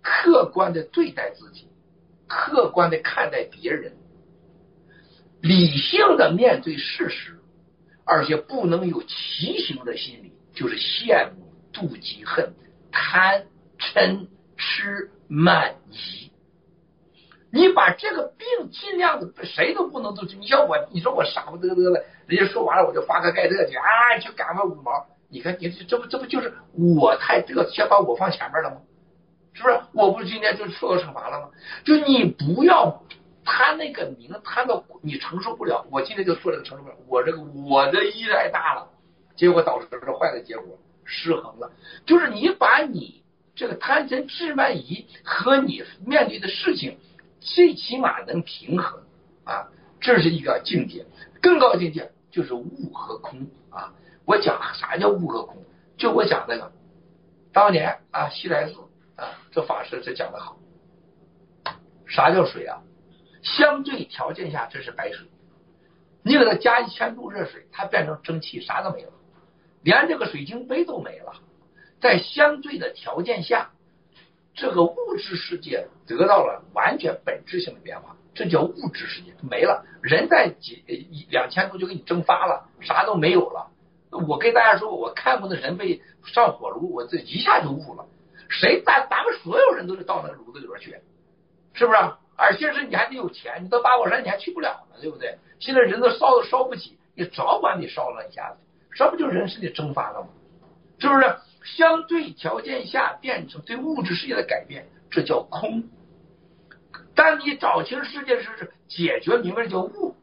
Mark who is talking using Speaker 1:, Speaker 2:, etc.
Speaker 1: 客观的对待自己，客观的看待别人，理性的面对事实，而且不能有畸形的心理，就是羡慕、妒忌、恨、贪、嗔、痴、慢、疑。你把这个病尽量的，谁都不能做。你像我，你说我傻不嘚嘚的，人家说完了我就发个盖特去啊，去赶个五毛。你看，你这不就是我太嘚，先把我放前面了吗？是不是？我不是今天就受到惩罚了吗？就你不要他那个名摊到你承受不了。我今天就说这个承受不了，我的依赖大了，结果导致这坏的结果失衡了。就是你把你这个贪嗔痴慢疑和你面对的事情，最起码能平衡啊，这是一个境界。更高境界就是悟和空啊。我讲啥叫悟和空？就我讲那个，当年啊，西来寺啊，这法师这讲的好。啥叫水啊？相对条件下，这是白水。你给它加1000度热水，它变成蒸汽，啥都没了，连这个水晶杯都没了。在相对的条件下，这个物质世界得到了完全本质性的变化，这叫物质世界没了。人在2000度就给你蒸发了，啥都没有了。我跟大家说，我看过的人被上火炉，我这一下就悟了。咱们所有人都是到那个炉子里边去，是不是？而且是你还得有钱，你到八宝山你还去不了呢，对不对？现在人都烧不起，你早晚得烧了一下子，这不就人身体蒸发了吗？是不是？相对条件下变成对物质世界的改变，这叫空。当你找清世界是解决明白，叫悟，